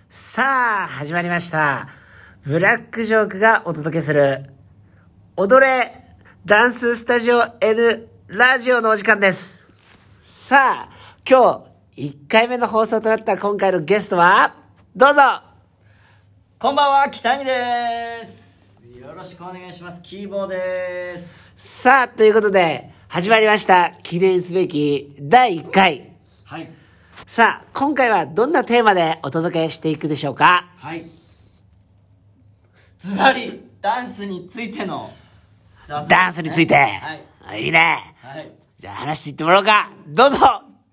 さあ、始まりました。ブラックジョークがお届けする、踊れダンススタジオ N ラジオのお時間です。さあ、今日1回目の放送となった今回のゲストは、どうぞ。 こんばんは、北谷です。よろしくお願いします。キーボーです。 さあ、ということで、始まりました。記念すべき第1回。 はい。 さあ、今回はどんなテーマでお届けしていくでしょうか？ はい。ズバリ、ダンスについての雑談、 ダンスについて。 はい。 いいね。 はい。 じゃあ話していってもらおうか。どうぞ。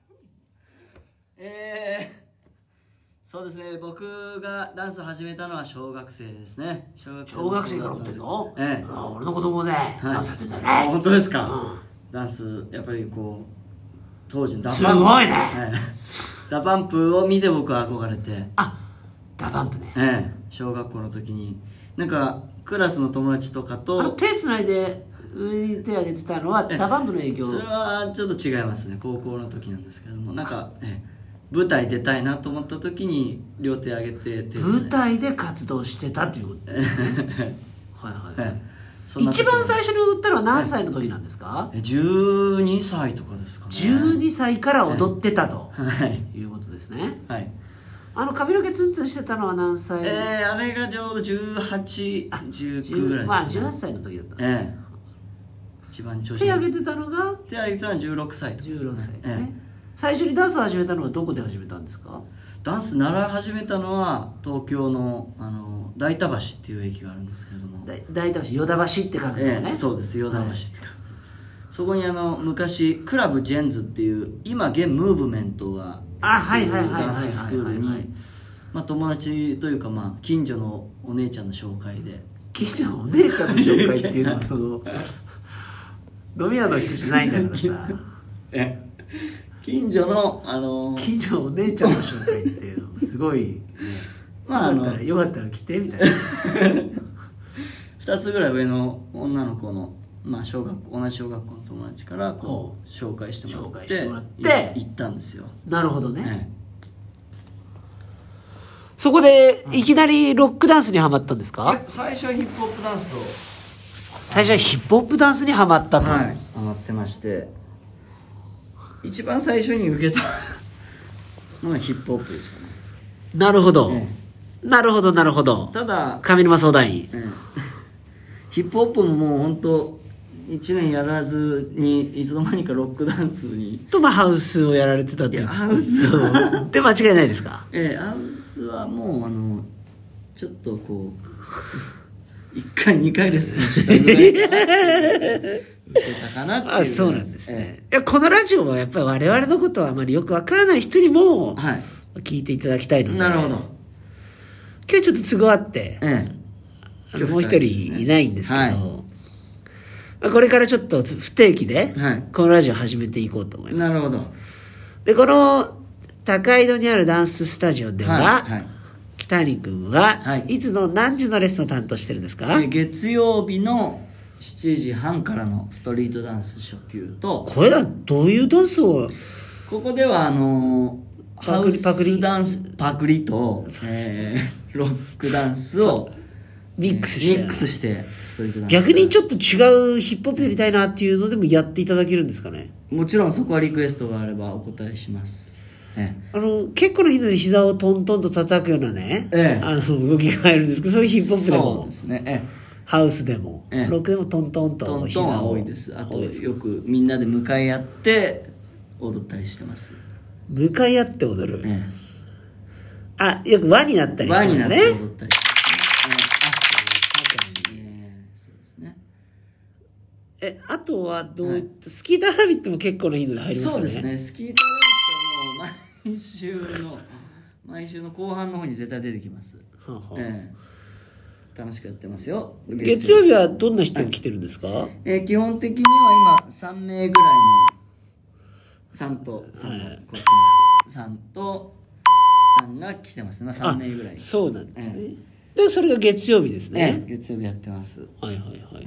そうですね。僕がダンス始めたのは小学生ですね。 小学生から踊ってんの？ ええ。 俺の子供でダンスやってんだよね。 本当ですか？ダンス、やっぱりこう、当時のすごいね。 ダパンプを見て僕は憧れて。 あ、ダパンプね。 小学校の時になんかクラスの友達とかと手つないで上に手を挙げてたのはダパンプの影響？ それはちょっと違いますね。高校の時なんですけども、なんか、舞台出たいなと思った時に両手挙げて舞台で活動してたっていうことはいはいはい、一番最初に踊ったのは何歳の時なんですか ？12歳とかですかね。 12歳から踊ってたと、いうことですね。 はい。 髪の毛ツンツンしてたのは何歳？ あれがちょうど18、19ぐらいですね。 まあ18歳の時だった。 一番調子手挙げてたのが？ 手挙げてたのは16歳とかですね。 16歳ですね。最初にダンスを始めたのはどこで始めたんですか？ ダンス習い始めたのは東京の大田橋っていう駅があるんですけれども、 大田橋、ヨダ橋って書くんだよね。 そうです、ヨダ橋って書く、そこに昔クラブジェンズっていう今現ムーブメントがダンススクールに友達というか近所のお姉ちゃんの紹介で。 近所のお姉ちゃんの紹介っていうのは飲み屋の人じゃないんだからさ近所の近所のお姉ちゃんの紹介っていうのすごい、よかったら来てみたいな 2つぐらい上の女の子の同じ小学校の友達から紹介してもらって行ったんですよ。 なるほどね、そこでいきなりロックダンスにハマったんですか？ 最初はヒップホップダンスを最初はヒップホップダンスにハマったと。 ハマってまして、一番最初に受けたのがヒップホップでしたね。 なるほど、なるほど。ただ上沼相談員、 ヒップホップももう本当1年やらずにいつの間にかロックダンスにハウスをやられてたっていう。 ハウスで間違いないですか？ ハウスはもうちょっとこう1回2回レッスンしたぐらい受けたかなっていう。 そうなんですね。いや、このラジオはやっぱり我々のことはあまりよくわからない人にも聞いていただきたいので、 なるほど。 今日ちょっと都合あって、もう一人いないんですけど、これからちょっと不定期でこのラジオ始めていこうと思います。 なるほど。 で、この高井戸にあるダンススタジオでは、北谷君はいつの何時のレッスンを担当してるんですか？ 月曜日の7時半からのストリートダンス初級と。 これはどういうダンスを？ ここではハウスダンスパクリと、ロックダンスをミックスしてストリートダンス。 逆にちょっと違うヒップホップやりたいなっていうのでもやっていただけるんですかね？ もちろんそこはリクエストがあればお答えします。 結構な頻度で膝をトントンと叩くようなね、動きが入るんですけど、それヒップホップでもそうですね、 ハウスでも、ロックでもトントンと膝を。トントン多いです。あとよくみんなで向かい合って踊ったりしてます。 向かい合って踊る、よく輪になったりしてますね。輪になって踊ったりしてそうですね。あとはどういった、スキーターラビットも結構な頻度で入りますかね？ そうですね。スキーターラビットはもう毎週の後半の方に絶対出てきます。楽しくやってますよ。 月曜日はどんな人が来てるんですか？ 基本的には今3名ぐらいの3とこっちます3と3が来てますね。3名ぐらい。 そうなんですね。でそれが月曜日ですね。 月曜日やってます。 はいはいはい。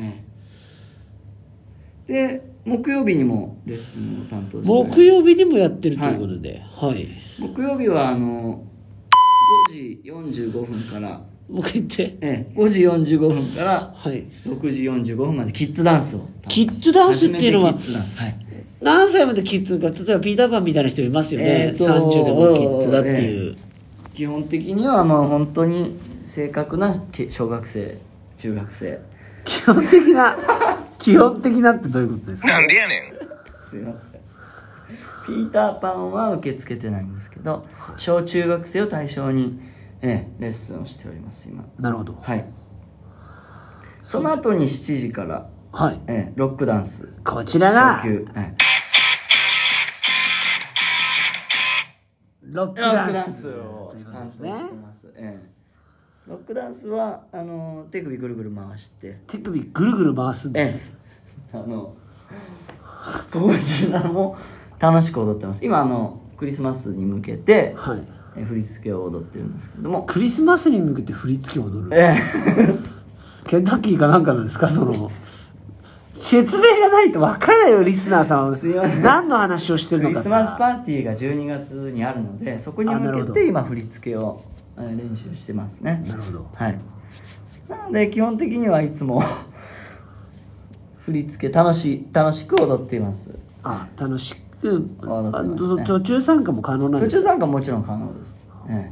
で木曜日にもレッスンを担当して、 木曜日にもやってるということで、木曜日は 5時45分からもう一回言って。 5時45分からはい。 6時45分までキッズダンスを。 キッズダンスっていうのは初めてキッズダンス、はい、 何歳までキッズか、例えばピーターパンみたいな人いますよね。30でもキッズだっていう。 基本的にはまあ本当に正確な小学生、中学生。 基本的なってどういうことですか？ なんでやねん。 すいません。ピーターパンは受け付けてないんですけど、小中学生を対象に、レッスンをしております今。 なるほど。 はい。その後に7時から、 はい。 ロックダンス。 こちらが、 初級、 ロックダンスをということ担当ですね。 してます。ロックダンスは手首ぐるぐる回して、 手首ぐるぐる回すんですね。 こちらも楽しく踊ってます。今クリスマスに向けて、 はい。 振り付けを踊ってるんですけども、 クリスマスに向けて振り付けを踊る。ケンタッキーかなんかなんですか、その説明がないと分からないよ、リスナーさんは。 すいません、 何の話をしてるのか。 クリスマスパーティーが12月にあるので、そこに向けて今振り付けを練習してますね。 なるほど。 はい。なので基本的にはいつも振り付け楽しく踊っています。 楽しく踊ってますね。 途中参加も可能なんですか？ 途中参加もちろん可能です。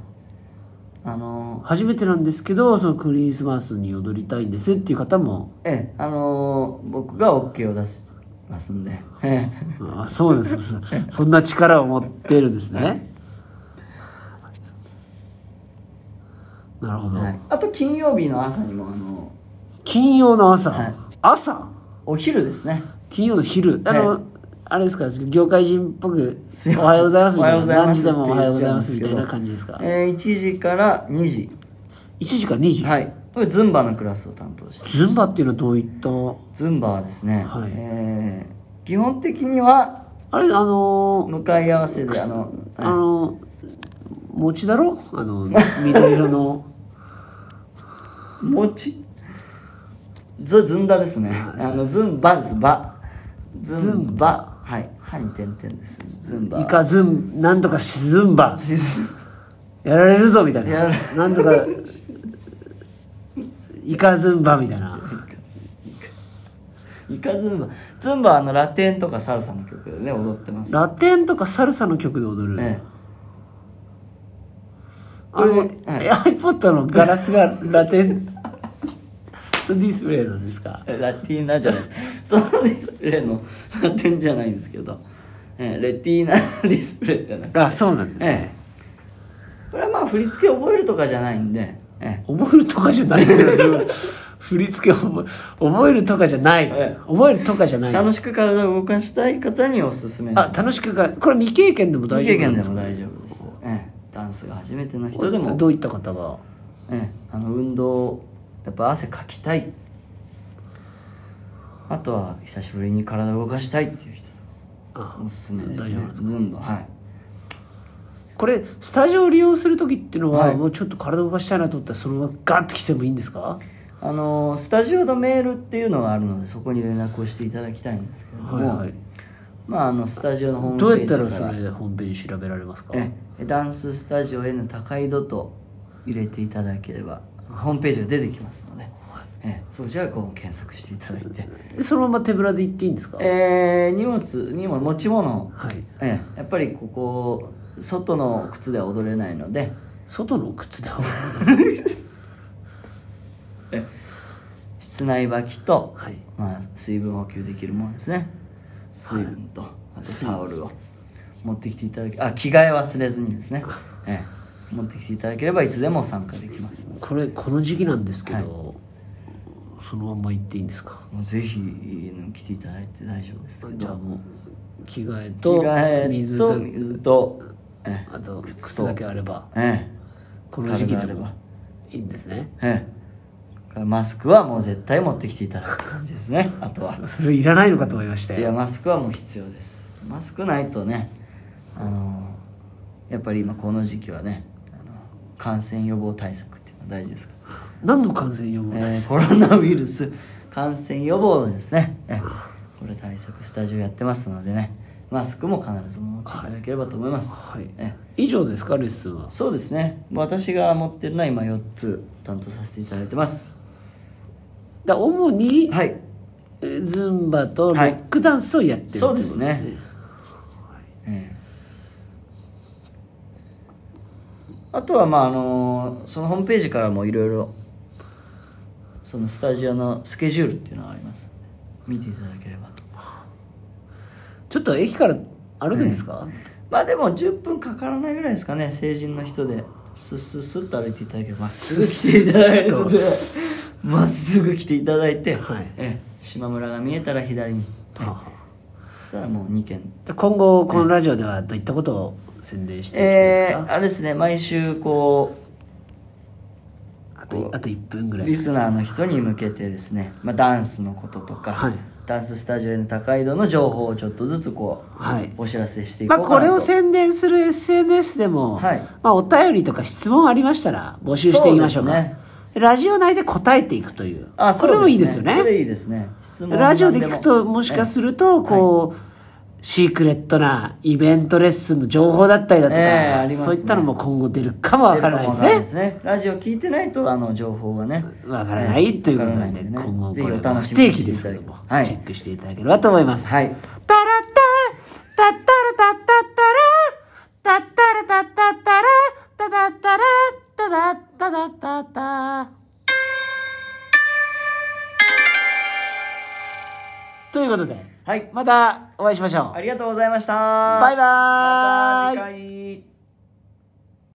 初めてなんですけど、そのクリスマスに踊りたいんですっていう方も、 僕が OK を出しますんで。 そうです。そんな力を持ってるんですね。なるほど。 はい、あと金曜日の朝にも金曜の朝、 はい、 朝？ お昼ですね。 金曜の昼。あれですか、業界人っぽくおはようございますみたいな、 おはようございます何時でもおはようございますみたいな感じですか ？1時から2時。 1時から2時？ はい。これズンバのクラスを担当して。 ズンバっていうのはどういった？ ズンバはですね、 はい、 基本的には向かい合わせで餅だろ？緑色の餅？ずんだですね。ズンバです。ズンバ。はい。歯に点々です。ズンバ。 イカズン、なんとかズンバ。やられるぞみたいな。なんとか、イカズンバみたいな。 イカズンバ。ズンバはラテンとかサルサの曲でね、踊ってます。 ラテンとかサルサの曲で踊る。iPod のガラスがラテンディスプレイなんですか？ ラティーナじゃないです。そのディスプレイのラテンじゃないんですけど、レティーナディスプレイってなくて。 そうなんですね。 これはまあ振り付け覚えるとかじゃないんで、 覚えるとかじゃないんだよ。振り付け覚えるとかじゃない。覚えるとかじゃない。 楽しく体を動かしたい方におすすめ。 楽しくこれ未経験でも大丈夫なんですか？ 未経験でも大丈夫です。ダンスが初めての人でも。 どういった方が？ 運動、やっぱ汗かきたい、あとは久しぶりに体を動かしたいっていう人おすすめですね。ズンバ。はい。 これスタジオを利用する時っていうのは、もうちょっと体を動かしたいなと思ったらそのままガッと来てもいいんですか？ スタジオのメールっていうのがあるので、そこに連絡をしていただきたいんですけれども、スタジオのホームページからどうやったらそれホームページ調べられますか？ ダンススタジオ N 高井戸と入れていただければホームページが出てきますので、そちらこう検索していただいて、 そのまま手ぶらで行っていいんですか？ 荷物持ち物、やっぱりここ外の靴では踊れないので、 外の靴では踊れない室内履きと、水分補給できるものですね。水分と、あとタオルを持ってきていただけ、着替え忘れずにですね、持ってきていただければいつでも参加できます。 この時期なんですけど、そのまま行っていいんですか？ もうぜひ来ていただいて大丈夫ですけど。 じゃあもう着替えと水とあと靴だけあれば、この時期でもいいんですね。 マスクはもう絶対持ってきていただく感じですね。あとはそれいらないのかと思いましたよ。 いや、マスクはもう必要です。マスクないとね、やっぱり今この時期はね、感染予防対策っていうのは大事ですから。 何の感染予防対策？ コロナウイルス感染予防ですね。これ対策スタジオやってますのでね、 マスクも必ずお持ちいただければと思います、 はい、以上ですかレッスンは。 そうですね、私が持ってるのは今4つ担当させていただいてます。 主に、 はい、 ズンバとロックダンスをやってる、 そうですね、あとはそのホームページからもいろいろそのスタジオのスケジュールっていうのがありますので見ていただければ。 ちょっと駅から歩くんですか？ でも10分かからないぐらいですかね。成人の人でスッスッスッと歩いていただければまっすぐ来ていただいてまっすぐ来ていただいて、島村が見えたら左に、そしたらもう2軒。 今後このラジオではどういったことを宣伝していきますか？ あれですね、毎週こうあと1分ぐらいリスナーの人に向けてですね、ダンスのこととか、ダンススタジオ N 高井戸の情報をちょっとずつお知らせしていこうかなと。 これを宣伝する SNS でも、お便りとか質問ありましたら募集していきましょうか。ラジオ内で答えていくという。これもいいですよね。 それいいですね。質問ラジオで聞くともしかするとシークレットなイベントレッスンの情報だったりだとか、そういったのも今後出るかもわからないですね。 ラジオ聞いてないと情報がねわからないということなんで、今後これは不定期ですけどもチェックしていただければと思います。タラッタタッタラタッタラタッタラタッタラタタッタラタタッタタタタということで、またお会いしましょう。 ありがとうございました。 バイバーイ。 また次回。